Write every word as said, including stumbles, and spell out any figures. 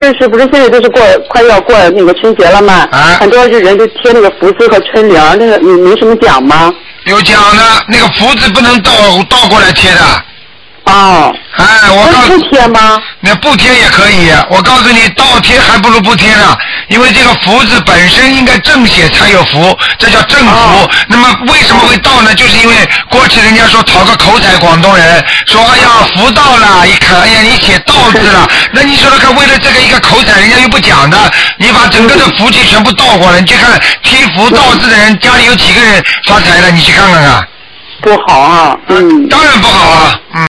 就是不是现在都是过快要过那个春节了嘛？ 啊。 很多就人都贴那个福字和春联，那个你没什么讲吗？ 有讲的，那个福字不能倒倒过来贴的。 哦。 哎，我告诉不贴吗？ 那不贴也可以，我告诉你，倒贴还不如不贴呢，因为这个福字本身应该正写才有福，这叫正福。哦、那么为什么会倒呢？就是因为过去人家说讨个口彩，广东人说哎呀福到了，一看哎呀你写倒字了，那你说说看，为了这个一个口彩，人家又不讲的，你把整个的福气全部倒过来，你去看贴福倒字的人家里有几个人发财了，你去看看看。 不好啊，嗯。 当然不好啊，嗯。